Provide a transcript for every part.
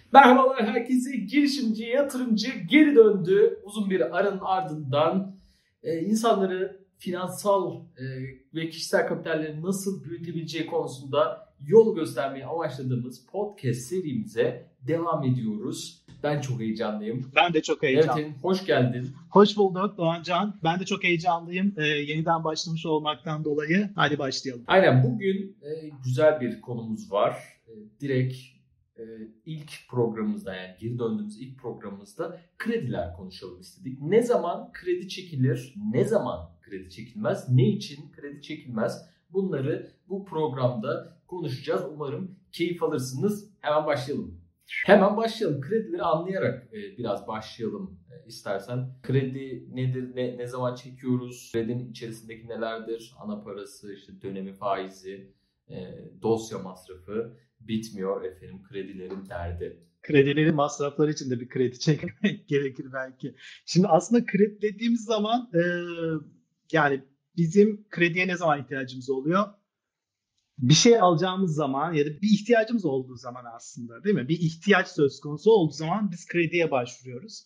Merhabalar herkese. Girişimci, yatırımcı geri döndü. Uzun bir aranın ardından insanları finansal ve kişisel kapitalleri nasıl büyütebileceği konusunda yol göstermeye amaçladığımız podcast serimize devam ediyoruz. Ben çok heyecanlıyım. Ben de çok heyecanlıyım. Evet, hoş geldin. Hoş bulduk Doğancan. Ben de çok heyecanlıyım. Yeniden başlamış olmaktan dolayı. Hadi başlayalım. Aynen, bugün güzel bir konumuz var. Direkt ilk programımızda, yani geri döndüğümüz ilk programımızda krediler konuşalım istedik. Ne zaman kredi çekilir, ne zaman kredi çekilmez, ne için kredi çekilmez, bunları bu programda konuşacağız. Umarım keyif alırsınız. Hemen başlayalım. Kredileri anlayarak biraz başlayalım istersen. Kredi nedir, ne zaman çekiyoruz, kredinin içerisindeki nelerdir, ana parası, işte dönemi faizi, dosya masrafı, bitmiyor efendim kredilerin derdi. Kredileri masrafları için de bir kredi çekmek gerekir belki. Şimdi aslında kredi dediğimiz zaman yani bizim krediye ne zaman ihtiyacımız oluyor? Bir şey alacağımız zaman ya da bir ihtiyacımız olduğu zaman aslında, değil mi? Bir ihtiyaç söz konusu olduğu zaman biz krediye başvuruyoruz.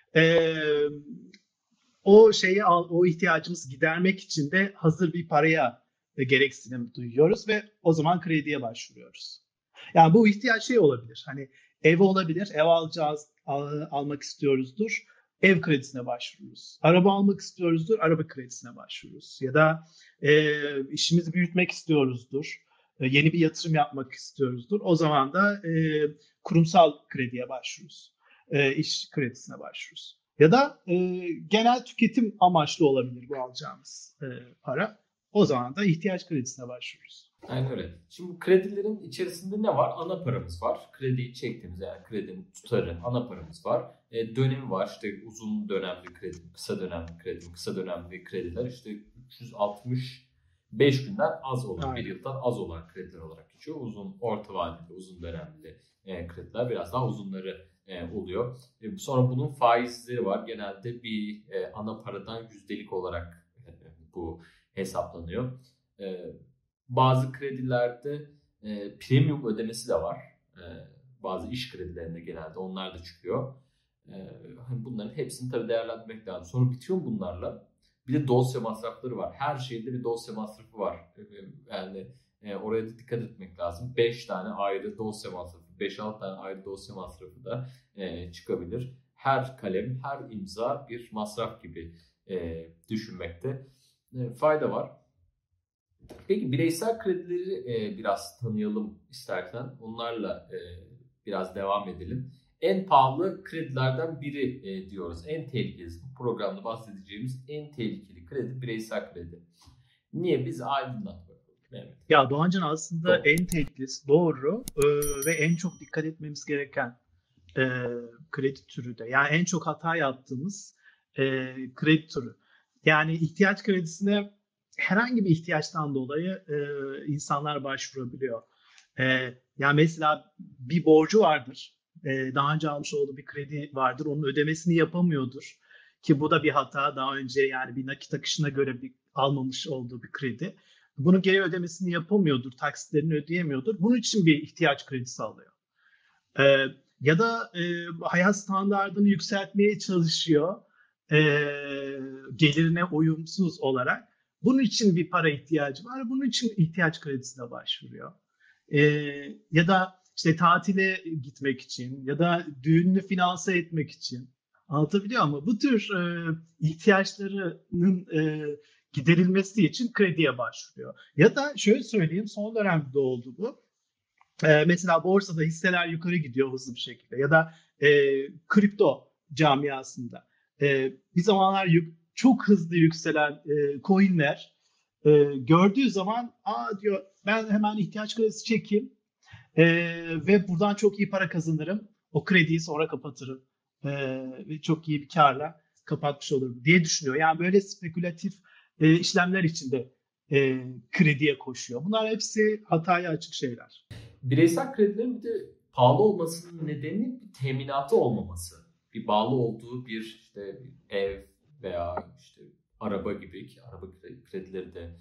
O ihtiyacımızı gidermek için de hazır bir paraya gereksinim duyuyoruz ve o zaman krediye başvuruyoruz. Yani bu ihtiyaç şey olabilir. Hani ev olabilir. Ev almak istiyoruzdur. Ev kredisine başvururuz. Araba almak istiyoruzdur. Araba kredisine başvururuz. Ya da işimizi büyütmek istiyoruzdur. Yeni bir yatırım yapmak istiyoruzdur. O zaman da kurumsal krediye başvururuz. İş kredisine başvururuz. Ya da genel tüketim amaçlı olabilir bu alacağımız para. O zaman da ihtiyaç kredisine başvururuz. Aynen öyle. Şimdi bu kredilerin içerisinde ne var? Ana paramız var. Krediyi çektiğimiz, yani kredinin tutarı, ana paramız var. Dönemi var. İşte uzun dönemli kredi, kısa dönemli kredi, kısa dönemli krediler işte 365 günden az olan, bir yıldan az olan krediler olarak geçiyor. Uzun, orta vadeli, uzun dönemli krediler biraz daha uzunları oluyor. Sonra bunun faizleri var. Genelde bir ana paradan yüzdelik olarak bu hesaplanıyor. Bazı kredilerde premium ödemesi de var. Bazı iş kredilerinde genelde onlar da çıkıyor. Bunların hepsini tabii değerlendirmek lazım. Sonra bitiyor mu bunlarla? Bir de dosya masrafları var. Her şeyde bir dosya masrafı var. Yani oraya da dikkat etmek lazım. 5 tane ayrı dosya masrafı, 5-6 tane ayrı dosya masrafı da çıkabilir. Her kalem, her imza bir masraf gibi düşünmekte fayda var. Peki bireysel kredileri biraz tanıyalım istersen. Onlarla biraz devam edelim. En pahalı kredilerden biri diyoruz. En tehlikelisi, bu programda bahsedeceğimiz en tehlikeli kredi bireysel kredi. Niye? Biz aydınlat bakalım. Mehmet. Ya Doğancan, aslında doğru. En tehlikelisi doğru ve en çok dikkat etmemiz gereken kredi türü de. Yani en çok hata yaptığımız kredi türü. Yani ihtiyaç kredisine herhangi bir ihtiyaçtan dolayı insanlar başvurabiliyor. Yani mesela bir borcu vardır. Daha önce almış olduğu bir kredi vardır. Onun ödemesini yapamıyordur. Ki bu da bir hata. Daha önce yani bir nakit akışına göre almamış olduğu bir kredi. Bunun geri ödemesini yapamıyordur. Taksitlerini ödeyemiyordur. Bunun için bir ihtiyaç kredisi alıyor. Ya da hayat standartını yükseltmeye çalışıyor. Gelirine uyumsuz olarak. Bunun için bir para ihtiyacı var. Bunun için ihtiyaç kredisine başvuruyor. Ya da işte tatile gitmek için ya da düğününü finanse etmek için. Anlatabiliyor muyum? Bu tür ihtiyaçlarının giderilmesi için krediye başvuruyor. Ya da şöyle söyleyeyim, son dönemde oldu bu. Mesela borsada hisseler yukarı gidiyor hızlı bir şekilde ya da kripto camiasında bir zamanlar çok hızlı yükselen coinler gördüğü zaman diyor, ben hemen ihtiyaç kredisi çekeyim ve buradan çok iyi para kazanırım. O krediyi sonra kapatırım ve çok iyi bir karla kapatmış olurum diye düşünüyor. Yani böyle spekülatif işlemler içinde krediye koşuyor. Bunlar hepsi hataya açık şeyler. Bireysel kredilerin bir de pahalı olmasının nedeni bir teminatı olmaması. Bir bağlı olduğu bir işte bir ev veya işte araba gibi, ki araba kredileri de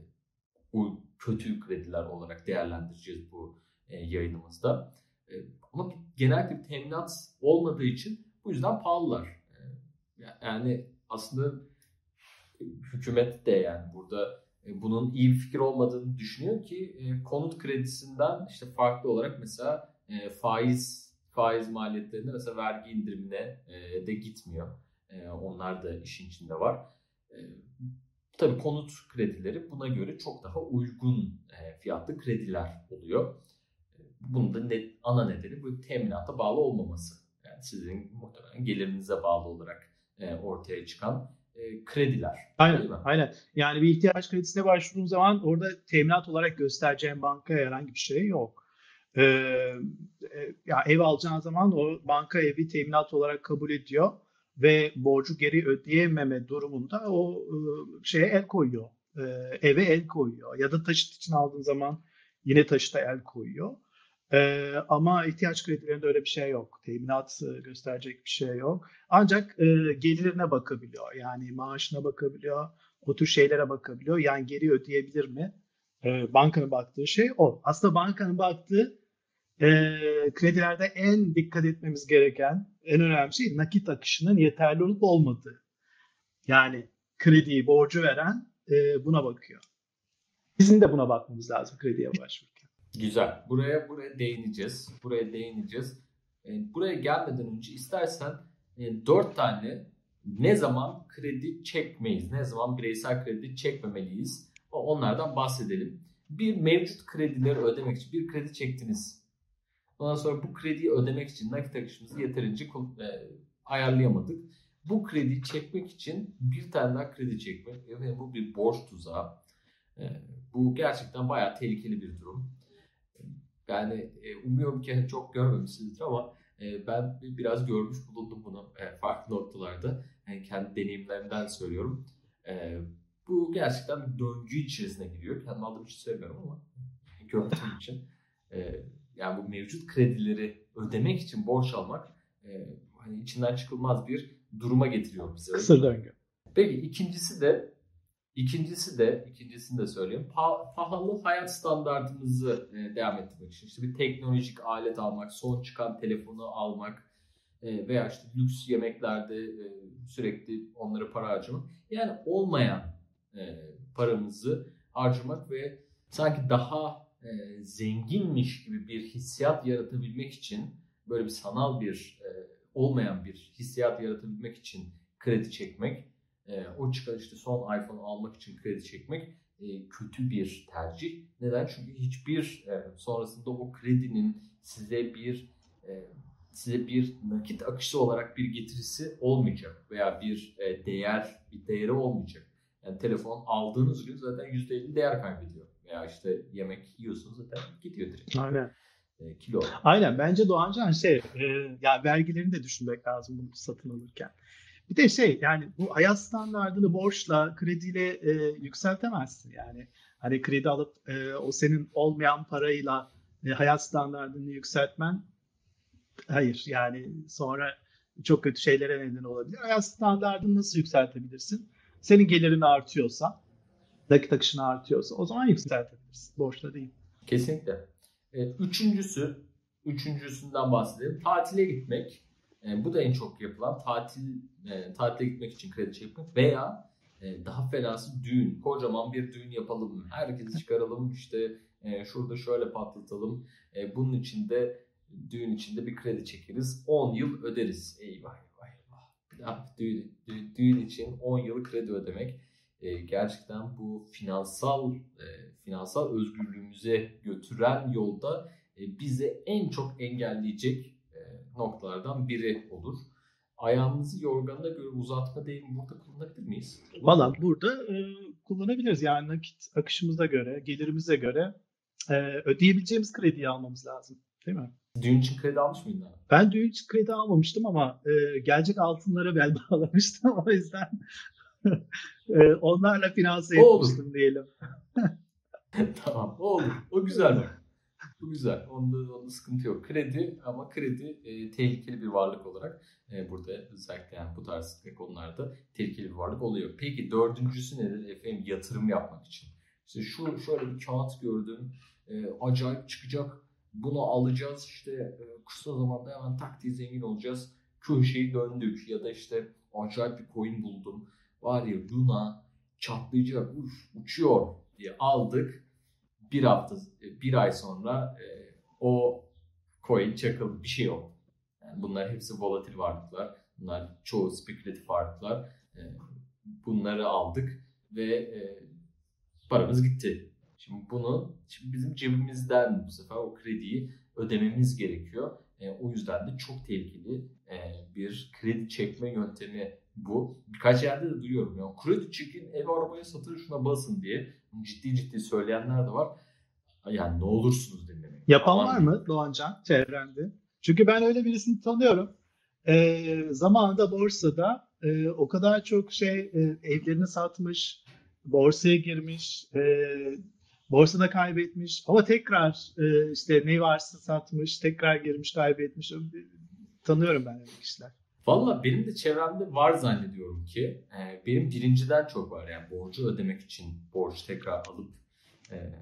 kötü krediler olarak değerlendireceğiz bu yayınımızda. Ama genellikle bir teminat olmadığı için bu yüzden pahalılar. Yani aslında hükümet de yani burada bunun iyi bir fikir olmadığını düşünüyor ki konut kredisinden işte farklı olarak mesela faiz maliyetlerinde mesela vergi indirimine de gitmiyor. Onlar da işin içinde var. Tabii konut kredileri buna göre çok daha uygun fiyatlı krediler oluyor. Bunun da ana nedeni bu teminata bağlı olmaması. Yani sizin muhtemelen gelirinize bağlı olarak ortaya çıkan krediler. Aynen, aynen. Yani bir ihtiyaç kredisine başvurduğun zaman orada teminat olarak göstereceğin bankaya herhangi bir şey yok. Ya ev alacağın zaman o banka evi teminat olarak kabul ediyor ve borcu geri ödeyememe durumunda o şeye el koyuyor. Eve el koyuyor. Ya da taşıt için aldığın zaman yine taşıta el koyuyor. Ama ihtiyaç kredilerinde öyle bir şey yok. Teminat gösterecek bir şey yok. Ancak gelirine bakabiliyor. Yani maaşına bakabiliyor. O tür şeylere bakabiliyor. Yani geri ödeyebilir mi? Bankanın baktığı şey o. Aslında bankanın baktığı kredilerde en dikkat etmemiz gereken, en önemli şey nakit akışının yeterli olup olmadığı. Yani krediyi, borcu veren buna bakıyor. Bizim de buna bakmamız lazım krediye başvururken. Güzel. Buraya değineceğiz. Buraya gelmeden önce istersen 4 tane ne zaman kredi çekmeyiz, ne zaman bireysel kredi çekmemeliyiz onlardan bahsedelim. Bir, mevcut kredileri ödemek için bir kredi çektiniz. Ondan sonra bu krediyi ödemek için nakit akışımızı yeterince ayarlayamadık. Bu krediyi çekmek için bir tane daha kredi çekmek. Yani bu bir borç tuzağı. Bu gerçekten bayağı tehlikeli bir durum. Yani umuyorum ki çok görmemişsinizdir ama ben biraz görmüş bulundum bunu farklı noktalarda. Yani kendi deneyimlerimden söylüyorum. Bu gerçekten bir döngü içerisine giriyor. Kendim aldığım için söylemiyorum ama gördüğüm için. Yani bu mevcut kredileri ödemek için borç almak hani içinden çıkılmaz bir duruma getiriyor bizi. Kısır döngü. Peki ikincisini de söyleyeyim. Pahalı hayat standartımızı devam ettirmek için. İşte bir teknolojik alet almak, son çıkan telefonu almak veya işte lüks yemeklerde sürekli onlara para harcamak. Yani olmayan paramızı harcamak ve sanki daha zenginmiş gibi bir hissiyat yaratabilmek için böyle bir sanal bir olmayan bir hissiyat yaratabilmek için kredi çekmek, o çıkan işte son iPhone almak için kredi çekmek kötü bir tercih. Neden? Çünkü hiçbir sonrasında o kredinin size bir nakit akışı olarak bir getirisi olmayacak veya bir değeri olmayacak. Yani telefon aldığınız gün zaten %50 değer kaybediyor. Veya işte yemek yiyorsunuz zaten gidiyor direkt. Aynen. Kilo. Aynen. Bence Doğancan ya vergilerini de düşünmek lazım bunu satın alırken. Bir de yani bu hayat standartını borçla, krediyle yükseltemezsin yani. Hani kredi alıp o senin olmayan parayla hayat standartını yükseltmen hayır yani sonra çok kötü şeylere neden olabilir. Hayat standartını nasıl yükseltebilirsin? Senin gelirin artıyorsa, nakit akışın artıyorsa o zaman yükseltebilirsin. Borçla değil. Kesinlikle. Üçüncüsünden bahsedelim. Tatile gitmek. Bu da en çok yapılan tatile gitmek için kredi çekmek veya daha fenası düğün. Kocaman bir düğün yapalım. Herkesi çıkaralım. İşte şurada şöyle patlatalım. Bunun içinde düğün içinde bir kredi çekeriz. 10 yıl öderiz. Eyvah eyvah eyvah. Düğün için 10 yıl kredi ödemek. Gerçekten bu finansal özgürlüğümüze götüren yolda bizi en çok engelleyecek noktalardan biri olur. Ayağımızı yorganına göre uzatma deyimi burada kullanabilir miyiz? Valla burada kullanabiliriz. Yani nakit akışımıza göre, gelirimize göre ödeyebileceğimiz krediyi almamız lazım. Değil mi? Düğün için kredi almış mıydın abi? Ben düğün için kredi almamıştım ama gelecek altınlara bel bağlamıştım. O yüzden onlarla finanse etmiştim diyelim. Tamam, o olur. O güzel bak. Bu güzel. Onda sıkıntı yok. Ama kredi tehlikeli bir varlık olarak burada özellikle yani bu tarz konularda tehlikeli bir varlık oluyor. Peki dördüncüsü nedir? Efendim yatırım yapmak için. İşte şöyle bir kağıt gördüm. Acayip çıkacak. Bunu alacağız işte kısa zamanda hemen tak diye zengin olacağız. Köşeyi döndük ya da işte acayip bir coin buldum. Var ya Luna çatlayacak, uçuyor diye aldık. Bir hafta, bir ay sonra o coin çakıldı, bir şey oldu. Yani bunlar hepsi volatil varlıklar. Bunlar çoğu spekülatif varlıklar. Bunları aldık ve paramız gitti. Şimdi bizim cebimizden bu sefer o krediyi ödememiz gerekiyor. O yüzden de çok tehlikeli bir kredi çekme yöntemi bu. Birkaç yerde de duyuyorum. Yani kredi çekin, ev arabaya satın, şuna basın diye. Ciddi ciddi söyleyenler de var. Yani ne olursunuz dinlemeyin. Yapan Aman var diyeyim. mı Doğancan çevrende? Çünkü ben öyle birisini tanıyorum. Zamanında borsada o kadar çok evlerini satmış, borsaya girmiş, borsada kaybetmiş ama tekrar işte ne varsa satmış, tekrar girmiş, kaybetmiş. Tanıyorum ben öyle kişiler. Valla benim de çevremde var zannediyorum ki. Benim birinciden çok var. Yani borcu ödemek için borç tekrar alıp e,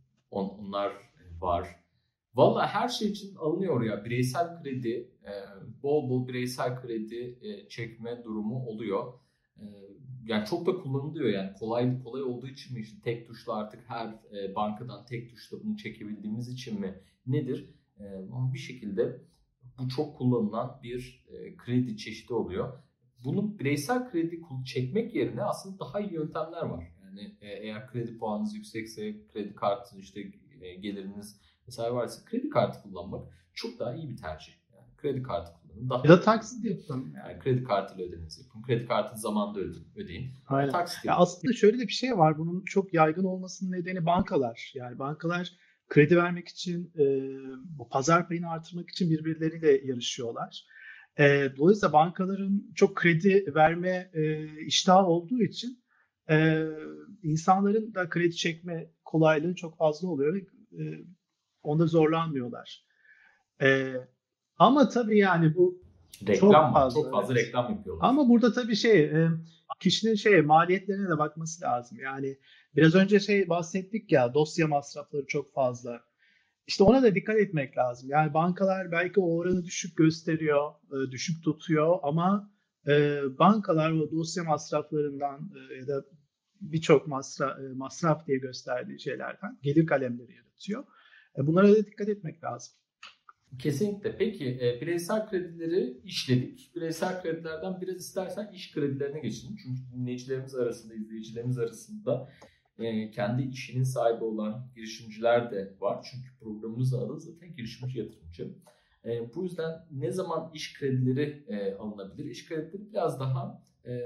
onlar var. Valla her şey için alınıyor ya. Bireysel kredi, bol bol bireysel kredi çekme durumu oluyor. E, Yani çok da kullanılıyor yani. Kolay olduğu için mi işte tek tuşla artık her bankadan tek tuşla bunu çekebildiğimiz için mi nedir? Ama bir şekilde bu çok kullanılan bir kredi çeşidi oluyor. Bunu bireysel kredi çekmek yerine aslında daha iyi yöntemler var. Yani eğer kredi puanınız yüksekse kredi kartı işte geliriniz vesaire varsa kredi kartı kullanmak çok daha iyi bir tercih. Yani kredi kartı kullanın. Ya da taksit yapın. Yani kredi kartıyla ödemenizi yapın. Kredi kartı zamanında ödeyin. Aynen. Taksit Ya yapın. aslında şöyle de bir şey var. Bunun çok yaygın olmasının nedeni bankalar. Yani bankalar kredi vermek için, bu pazar payını artırmak için birbirleriyle yarışıyorlar. Dolayısıyla bankaların çok kredi verme iştahı olduğu için e, insanların da kredi çekme kolaylığı çok fazla oluyor ve onda zorlanmıyorlar. E, Ama tabii yani bu çok Reklam var. Çok fazla, fazla evet. reklam yapıyorlar. Ama burada tabii kişinin maliyetlerine de bakması lazım. Yani biraz önce bahsettik ya, dosya masrafları çok fazla. İşte ona da dikkat etmek lazım. Yani bankalar belki o oranı düşük gösteriyor, düşük tutuyor ama bankalar o dosya masraflarından ya da birçok masraf diye gösterdiği şeylerden gelir kalemleri yaratıyor. Bunlara da dikkat etmek lazım. Kesinlikle. Peki bireysel kredileri işledik. Bireysel kredilerden biraz istersen iş kredilerine geçelim. Çünkü dinleyicilerimiz arasında, izleyicilerimiz arasında kendi işinin sahibi olan girişimciler de var. Çünkü programımızın adı zaten girişimci yatırımcı. Bu yüzden ne zaman iş kredileri alınabilir? İş kredileri biraz daha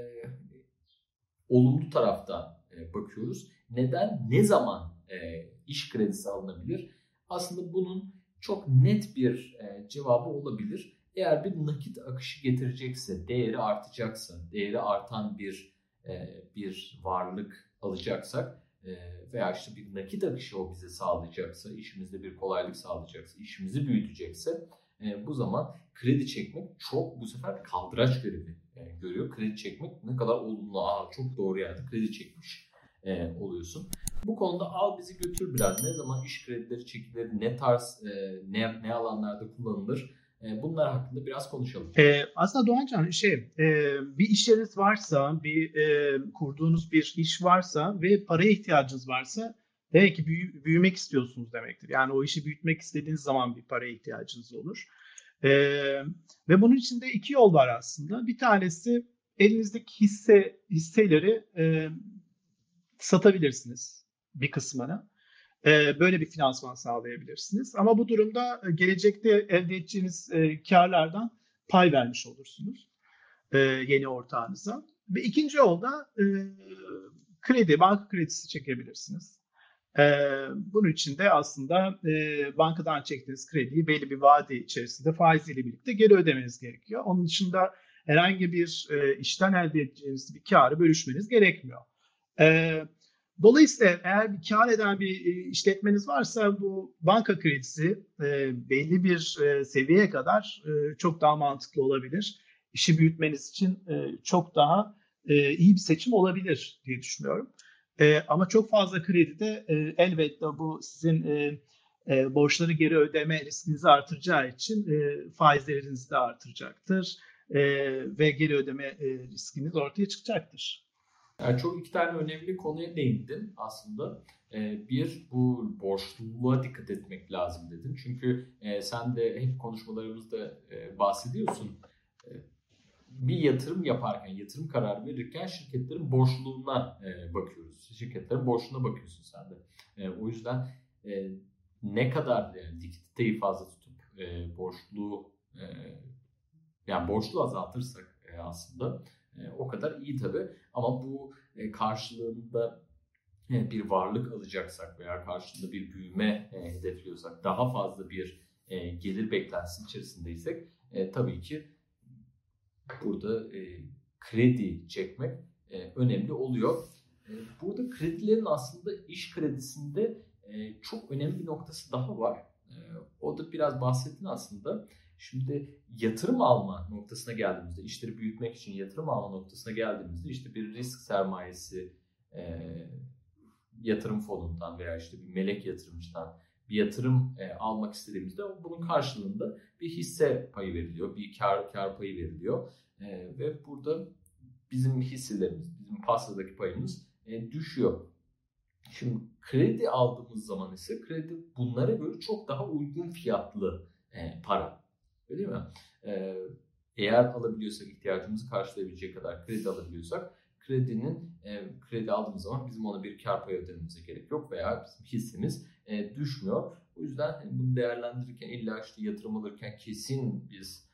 olumlu taraftan bakıyoruz. Neden, ne zaman iş kredisi alınabilir? Aslında bunun çok net bir cevabı olabilir. Eğer bir nakit akışı getirecekse, değeri artacaksa, değeri artan bir varlık alacaksak veya işte bir nakit akışı o bize sağlayacaksa, işimizde bir kolaylık sağlayacaksa, işimizi büyütecekse bu zaman kredi çekmek çok bu sefer kaldıraç görevi görüyor. Kredi çekmek ne kadar olumlu, çok doğru yerde kredi çekmiş oluyorsun. Bu konuda al bizi götür biraz. Ne zaman iş kredileri çekilir, ne tarz, ne alanlarda kullanılır? Bunlar hakkında biraz konuşalım. Aslında Doğancan bir iş yeriniz varsa, kurduğunuz bir iş varsa ve paraya ihtiyacınız varsa demek ki büyümek istiyorsunuz demektir. Yani o işi büyütmek istediğiniz zaman bir paraya ihtiyacınız olur. Ve bunun için de iki yol var aslında. Bir tanesi elinizdeki hisseleri satabilirsiniz bir kısmını. Böyle bir finansman sağlayabilirsiniz. Ama bu durumda gelecekte elde edeceğiniz karlardan pay vermiş olursunuz yeni ortağınıza. Ve ikinci yolda banka kredisi çekebilirsiniz. Bunun için de aslında bankadan çektiğiniz krediyi belli bir vade içerisinde faiziyle birlikte geri ödemeniz gerekiyor. Onun dışında herhangi bir işten elde edeceğiniz bir karı bölüşmeniz gerekmiyor. Dolayısıyla eğer bir kar eden bir işletmeniz varsa bu banka kredisi belli bir seviyeye kadar çok daha mantıklı olabilir. İşi büyütmeniz için çok daha iyi bir seçim olabilir diye düşünüyorum. Ama çok fazla kredi de elbette bu sizin borçları geri ödeme riskinizi artıracağı için faizlerinizi de artıracaktır. Ve geri ödeme riskiniz ortaya çıkacaktır. Yani çok iki tane önemli konuya değindin aslında. Bir, bu borçluluğa dikkat etmek lazım dedin. Çünkü sen de hep konuşmalarımızda bahsediyorsun. E, Bir yatırım yaparken, yatırım kararı verirken şirketlerin borçluluğuna bakıyoruz. Şirketlerin borçluğuna bakıyorsun sen de. O yüzden ne kadar yani likiditeyi fazla tutup borçluğu yani borçlu azaltırsak aslında o kadar iyi tabii. Ama bu karşılığında bir varlık alacaksak veya karşılığında bir büyüme hedefliyorsak, daha fazla bir gelir beklentisi içerisindeysek tabii ki burada kredi çekmek önemli oluyor. Burada kredilerin aslında iş kredisinde çok önemli bir noktası daha var. O da biraz bahsettin aslında. Şimdi yatırım alma noktasına geldiğimizde, işleri büyütmek için yatırım alma noktasına geldiğimizde işte bir risk sermayesi yatırım fonundan veya işte bir melek yatırımcıdan bir yatırım almak istediğimizde bunun karşılığında bir hisse payı veriliyor, bir kar payı veriliyor ve burada bizim hisselerimiz, bizim pastadaki payımız düşüyor. Şimdi kredi aldığımız zaman ise kredi bunlara göre çok daha uygun fiyatlı para. Öyle değil mi? Eğer alabiliyorsak, ihtiyacımızı karşılayabilecek kadar kredi alabiliyorsak kredi aldığımız zaman bizim ona bir kar payı ödememize gerek yok veya bizim hissemiz düşmüyor. O yüzden bunu değerlendirirken illa işte yatırım alırken kesin biz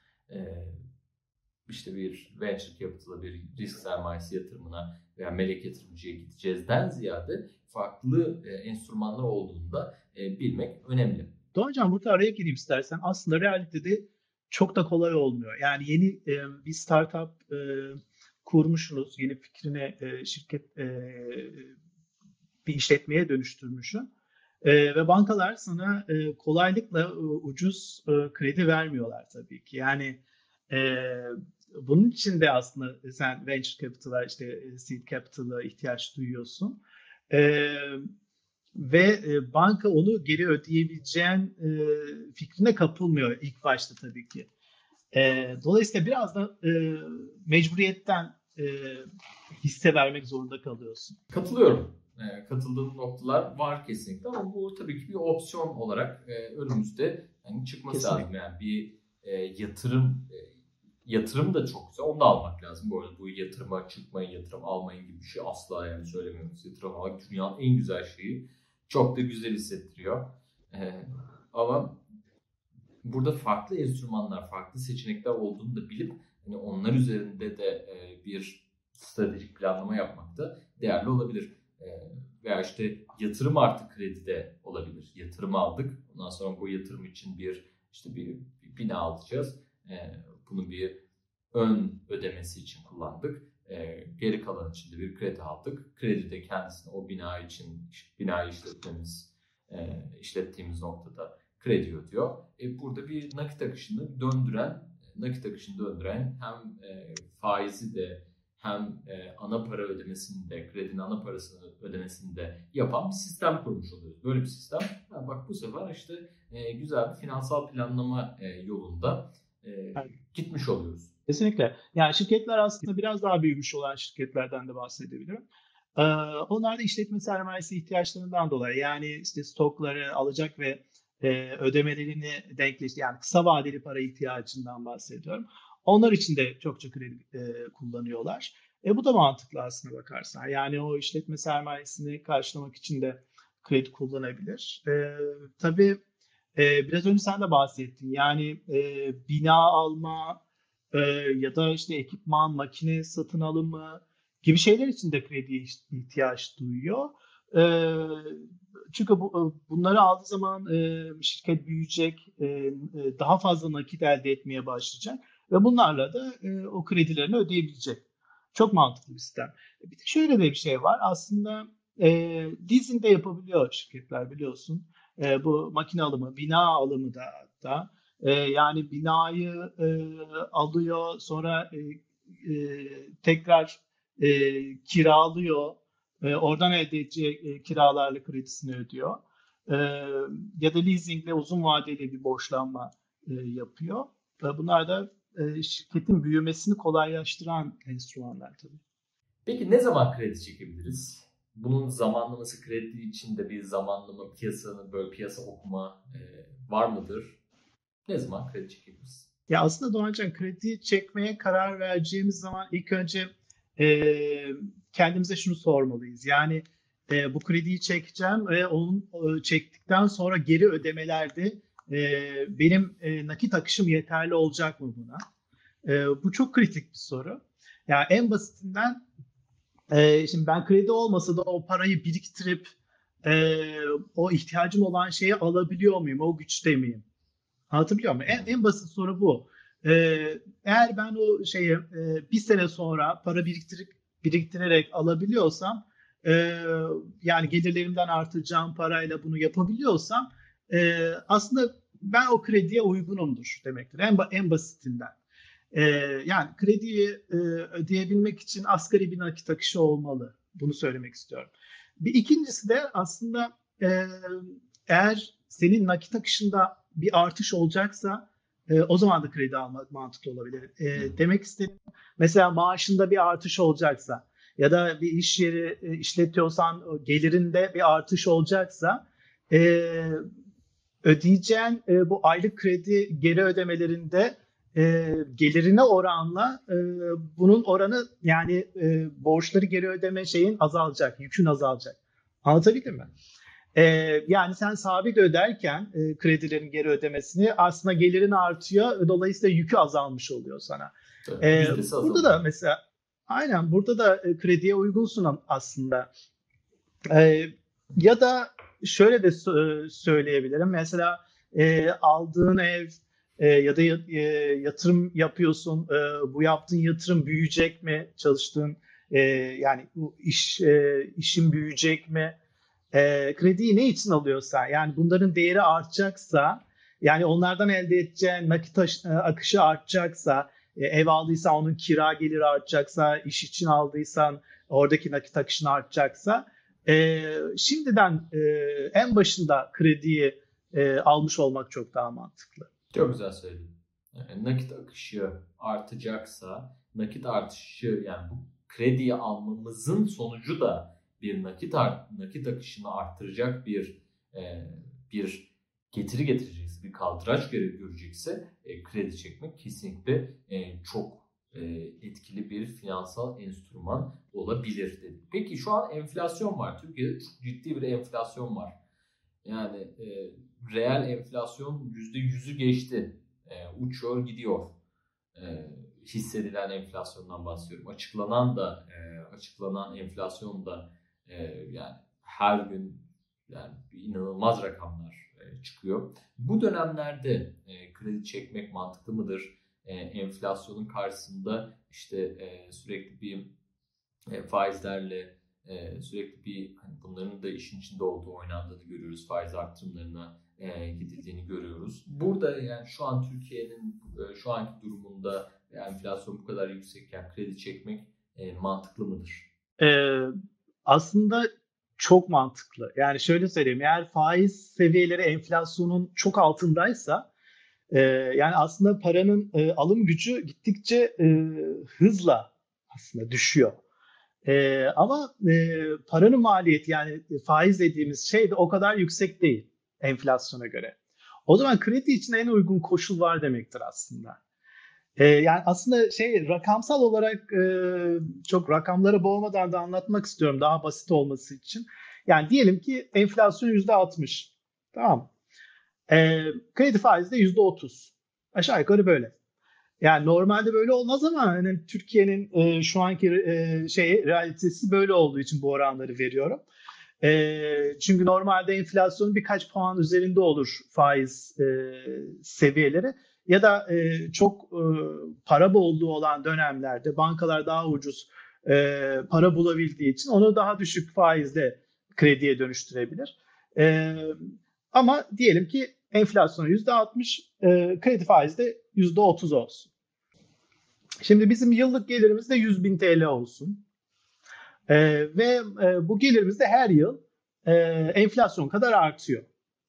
işte bir venture capital'a, bir risk sermayesi yatırımına veya melek yatırımcıya gideceğizden ziyade farklı enstrümanlar olduğunda bilmek önemli. Doğan Hocam, burada araya gireyim istersen. Aslında realitede çok da kolay olmuyor. Yani yeni bir startup kurmuşsunuz, yeni fikrini şirket bir işletmeye dönüştürmüşsün. Ve bankalar sana kolaylıkla ucuz kredi vermiyorlar tabii ki. Yani bunun için de aslında sen venture capital'a, işte seed capital'a ihtiyaç duyuyorsun. Ve banka onu geri ödeyebileceğin fikrine kapılmıyor ilk başta tabii ki. Dolayısıyla biraz da mecburiyetten hisse vermek zorunda kalıyorsun. Katılıyorum. Katıldığım noktalar var kesinlikle ama bu tabii ki bir opsiyon olarak önümüzde yani çıkması Kesinlikle. lazım. Yani bir yatırım da çok güzel. Onu da almak lazım. Bu arada bu yatırıma çıkmayın, yatırım almayın gibi bir şey asla yani söylemiyoruz. Yatırım almak dünyanın en güzel şeyi. Çok da güzel hissettiriyor. Ama burada farklı enstrümanlar, farklı seçenekler olduğunu da bilip hani onlar üzerinde de bir stratejik planlama yapmak da değerli olabilir. Veya işte yatırım artı kredi de olabilir. Yatırım aldık. Ondan sonra bu yatırım için bir bina alacağız. Bunun bir ön ödemesi için kullandık. Geri kalan için de bir kredi aldık. Kredi de kendisine o binayı işlettiğimiz noktada kredi ödüyor. Burada bir nakit akışını döndüren hem faizi de hem ana para ödemesini de, kredinin ana parasını ödemesini de yapan bir sistem kurmuş oluyoruz. Böyle bir sistem. Bak bu sefer işte güzel bir finansal planlama yolunda gitmiş oluyoruz. Kesinlikle. Yani şirketler aslında biraz daha büyümüş olan şirketlerden de bahsedebilirim. Onlar da işletme sermayesi ihtiyaçlarından dolayı, yani işte stokları alacak ve ödemelerini yani kısa vadeli para ihtiyacından bahsediyorum. Onlar için de çokça kredi kullanıyorlar. Bu da mantıklı aslına bakarsan. Yani o işletme sermayesini karşılamak için de kredi kullanabilir. Tabii biraz önce sen de bahsettin. Yani bina alma ya da işte ekipman, makine satın alımı gibi şeyler için de krediye ihtiyaç duyuyor. E, Çünkü bunları aldığı zaman şirket büyüyecek, daha fazla nakit elde etmeye başlayacak ve bunlarla da o kredilerini ödeyebilecek. Çok mantıklı bir sistem. Bir de şöyle de bir şey var. Aslında leasing de yapabiliyor şirketler, biliyorsun. Bu makine alımı, bina alımı da hatta. Yani binayı alıyor, sonra tekrar kiralıyor. Oradan elde edeceği kiralarla kredisini ödüyor. e, ya da leasingle uzun vadeli bir borçlanma yapıyor. Bunlar da şirketin büyümesini kolaylaştıran enstrümanlar tabii. Peki ne zaman kredi çekebiliriz? Bunun zamanlaması, kredi için de bir zamanlama, piyasanın böyle piyasa okuma var mıdır? Ne zaman kredi çekebiliriz? Ya aslında Doğancan, kredi çekmeye karar vereceğimiz zaman ilk önce e, kendimize şunu sormalıyız. Yani bu krediyi çekeceğim ve onun çektikten sonra geri ödemelerde benim nakit akışım yeterli olacak mı buna? Bu çok kritik bir soru. Yani en basitinden şimdi ben kredi olmasa da o parayı biriktirip o ihtiyacım olan şeyi alabiliyor muyum? O güçte miyim? Anlatabiliyor muyum? En basit soru bu. Eğer ben o şeyi bir sene sonra para biriktirerek alabiliyorsam, e, yani gelirlerimden artıracağım parayla bunu yapabiliyorsam, aslında ben o krediye uygunumdur demektir. En basitinden. Ee, Yani krediyi ödeyebilmek için asgari bir nakit akışı olmalı. Bunu söylemek istiyorum. Bir ikincisi de aslında eğer senin nakit akışında bir artış olacaksa o zaman da kredi almak mantıklı olabilir. Demek istediğim, mesela maaşında bir artış olacaksa ya da bir iş yeri işletiyorsan gelirinde bir artış olacaksa, e, ödeyeceğin bu aylık kredi geri ödemelerinde gelirine oranla bunun oranı, yani borçları geri ödeme şeyin azalacak, yükün azalacak. Anlatabildim mi? E, Yani sen sabit öderken kredilerin geri ödemesini, aslında gelirin artıyor. Dolayısıyla yükü azalmış oluyor sana. Yüzdesi Burada azalıyor. da mesela aynen burada da krediye uygunsun aslında. E, Ya da şöyle de söyleyebilirim. Mesela aldığın ev ya da yatırım yapıyorsun. Bu yaptığın yatırım büyüyecek mi? Çalıştığın yani bu işin büyüyecek mi? Krediyi ne için alıyorsa, yani bunların değeri artacaksa, yani onlardan elde edeceğin akışı artacaksa, ev aldıysan onun kira geliri artacaksa, iş için aldıysan oradaki nakit akışın artacaksa, şimdiden en başında krediyi almış olmak çok daha mantıklı. Çok güzel söyledin. Yani nakit akışı artacaksa, nakit artışı, yani bu krediyi almamızın sonucu da bir nakit akışını arttıracak bir getiri getirecekse, bir kaldıraç görecekse kredi çekmek kesinlikle çok etkili bir finansal enstrüman olabilir dedik. Peki şu an enflasyon var. Türkiye'de çok ciddi bir enflasyon var. Yani reel enflasyon %100'ü geçti. Uçuyor gidiyor. Hissedilen enflasyondan bahsediyorum. Açıklanan enflasyon da yani her gün yani inanılmaz rakamlar çıkıyor. Bu dönemlerde kredi çekmek mantıklı mıdır? Enflasyonun karşısında işte sürekli bir faizlerle sürekli bir hani bunların da işin içinde olduğu, oynandığını görüyoruz. Faiz artırımlarına gidildiğini görüyoruz. Burada yani şu an Türkiye'nin şu anki durumunda enflasyon bu kadar yüksekken kredi çekmek mantıklı mıdır? Ee, Aslında çok mantıklı. Yani şöyle söyleyeyim, eğer faiz seviyeleri enflasyonun çok altındaysa, yani aslında paranın alım gücü gittikçe hızla aslında düşüyor. Ama paranın maliyeti, yani faiz dediğimiz şey de o kadar yüksek değil enflasyona göre. O zaman kredi için en uygun koşul var demektir aslında. Yani aslında rakamsal olarak çok rakamlara boğmadan da anlatmak istiyorum daha basit olması için. Yani diyelim ki enflasyon %60. Tamam mı? Kredi faizi de %30. Aşağı yukarı böyle. Yani normalde böyle olmaz ama hani Türkiye'nin şu anki realitesi böyle olduğu için bu oranları veriyorum. Çünkü normalde enflasyon birkaç puan üzerinde olur faiz seviyeleri, ya da çok para bolluğu olan dönemlerde bankalar daha ucuz para bulabildiği için onu daha düşük faizle krediye dönüştürebilir. E, Ama diyelim ki enflasyon %60, kredi faizi de %30 olsun. Şimdi bizim yıllık gelirimiz de 100 bin TL olsun. Ve bu gelirimiz de her yıl enflasyon kadar artıyor.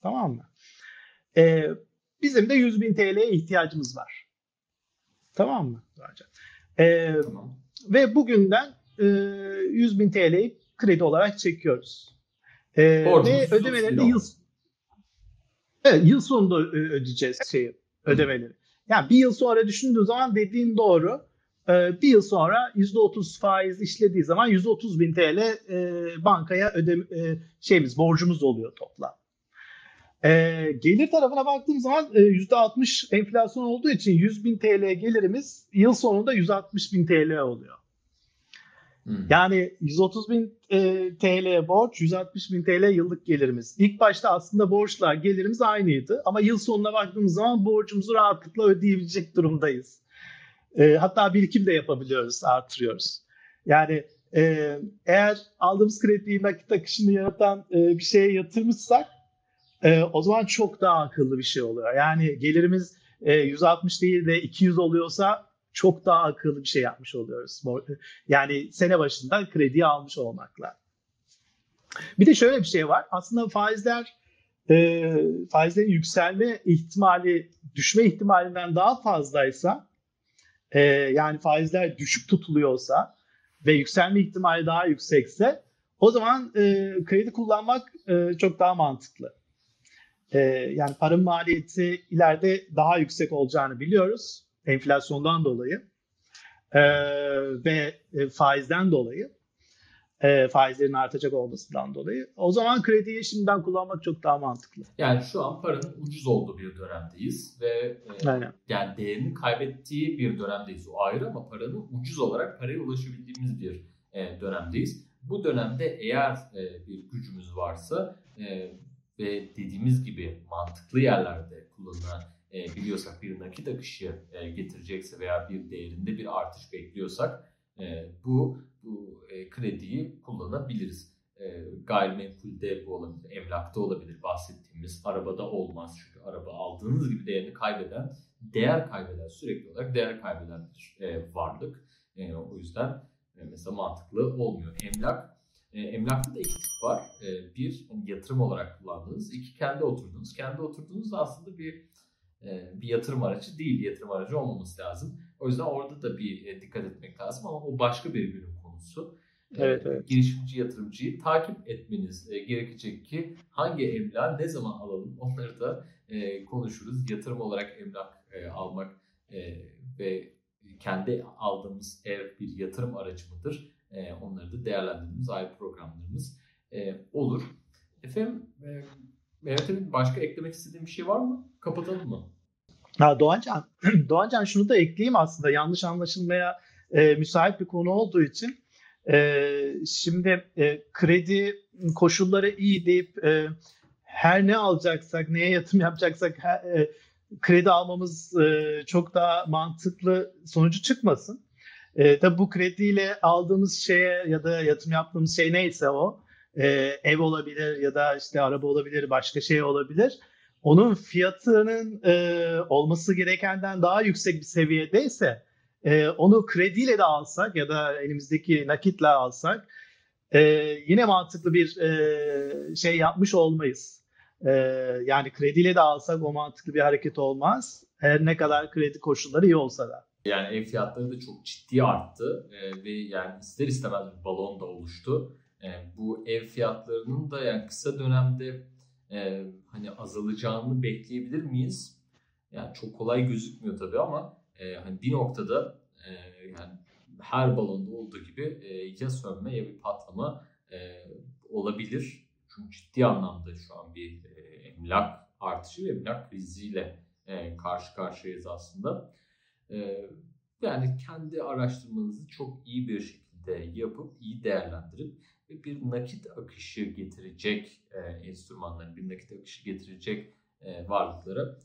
Tamam mı? Bizim de 100.000 TL'ye ihtiyacımız var. Tamam mı? Tamam. Ve bugünden 100.000 TL'yi kredi olarak çekiyoruz. Ve Borcumuz 130 bin ödemeleri de oldu. yıl sonunda ödeyeceğiz ödemeleri. Yani bir yıl sonra düşündüğün zaman dediğin doğru. Bir yıl sonra %30 faiz işlediği zaman 130.000 TL bankaya borcumuz oluyor toplam. Gelir tarafına baktığım zaman %60 enflasyon olduğu için 100.000 TL gelirimiz yıl sonunda 160.000 TL oluyor. Yani 130.000 TL borç, 160.000 TL yıllık gelirimiz. İlk başta aslında borçla gelirimiz aynıydı ama yıl sonuna baktığımız zaman borcumuzu rahatlıkla ödeyebilecek durumdayız. Hatta birikim de yapabiliyoruz, artırıyoruz. Yani eğer aldığımız krediyi nakit akışını yaratan bir şeye yatırmışsak o zaman çok daha akıllı bir şey oluyor. Yani gelirimiz 160 değil de 200 oluyorsa çok daha akıllı bir şey yapmış oluyoruz. Yani sene başında krediyi almış olmakla. Bir de şöyle bir şey var. Aslında faizlerin yükselme ihtimali düşme ihtimalinden daha fazlaysa yani faizler düşük tutuluyorsa ve yükselme ihtimali daha yüksekse o zaman kredi kullanmak çok daha mantıklı. Yani paranın maliyeti ileride daha yüksek olacağını biliyoruz enflasyondan dolayı ve faizden dolayı, faizlerin artacak olmasından dolayı. O zaman krediyi şimdiden kullanmak çok daha mantıklı. Yani şu an paranın ucuz olduğu bir dönemdeyiz ve yani değerini kaybettiği bir dönemdeyiz. O ayrı ama paranın ucuz olarak paraya ulaşabildiğimiz bir dönemdeyiz. Bu dönemde eğer bir gücümüz varsa ve dediğimiz gibi mantıklı yerlerde kullanılabiliyorsak, bir nakit akışı getirecekse veya bir değerinde bir artış bekliyorsak bu krediyi kullanabiliriz. Gayrimenkulde bu olabilir, emlakta olabilir, bahsettiğimiz arabada olmaz. Çünkü araba aldığınız gibi değerini değer kaybeden, sürekli olarak değer kaybeden bir varlık. O yüzden mesela mantıklı olmuyor. Emlakta da iki tip var. Bir, yatırım olarak kullandığınız, iki kendi oturduğunuz. Kendi oturduğunuz da aslında bir yatırım aracı değil, yatırım aracı olmaması lazım. O yüzden orada da bir dikkat etmek lazım ama o başka bir bölüm konusu. Evet. Girişimci yatırımcıyı takip etmeniz gerekecek ki hangi emlak ne zaman alalım onları da konuşuruz. Yatırım olarak emlak almak ve kendi aldığımız ev bir yatırım aracı mıdır? Onları da değerlendirdiğimiz ayrı programlarımız olur. Efendim, Mehmet, başka eklemek istediğim bir şey var mı? Kapatalım mı? Doğancan şunu da ekleyeyim, aslında yanlış anlaşılmaya müsait bir konu olduğu için. Şimdi kredi koşulları iyi deyip her ne alacaksak, neye yatırım yapacaksak kredi almamız çok daha mantıklı sonucu çıkmasın. Tabii bu krediyle aldığımız şeye ya da yatırım yaptığımız şey neyse o, ev olabilir ya da işte araba olabilir, başka şey olabilir. Onun fiyatının olması gerekenden daha yüksek bir seviyedeyse onu krediyle de alsak ya da elimizdeki nakitle alsak yine mantıklı bir şey yapmış olmayız. Yani krediyle de alsak o mantıklı bir hareket olmaz. Her ne kadar kredi koşulları iyi olsa da. Yani ev fiyatları da çok ciddi arttı ve yani ister istemez bir balon da oluştu. Bu ev fiyatlarının da yani kısa dönemde hani azalacağını bekleyebilir miyiz? Yani çok kolay gözükmüyor tabii ama hani bir noktada yani her balonda olduğu gibi ya sönme ya bir patlama olabilir. Çünkü ciddi anlamda şu an bir emlak artışı ve emlak kriziyle karşı karşıyayız aslında. Yani kendi araştırmanızı çok iyi bir şekilde yapıp iyi değerlendirip ve bir nakit akışı getirecek enstrümanları, bir nakit akışı getirecek varlıklara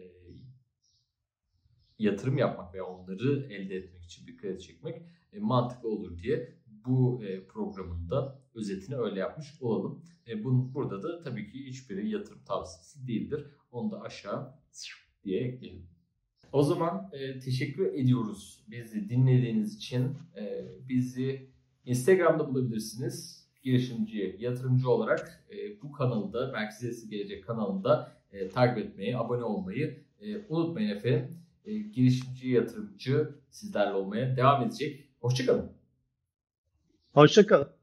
yatırım yapmak veya onları elde etmek için bir kredi çekmek mantıklı olur diye bu programın da özetini öyle yapmış olalım. Burada da tabii ki hiçbiri yatırım tavsiyesi değildir. Onu da aşağı diye ekleyelim. O zaman teşekkür ediyoruz bizi dinlediğiniz için. Bizi Instagram'da bulabilirsiniz, girişimci, yatırımcı olarak bu kanalda, Merkeziyetsiz Gelecek kanalında takip etmeyi, abone olmayı unutmayın efendim. Girişimci, yatırımcı sizlerle olmaya devam edecek. Hoşçakalın. Hoşça kalın.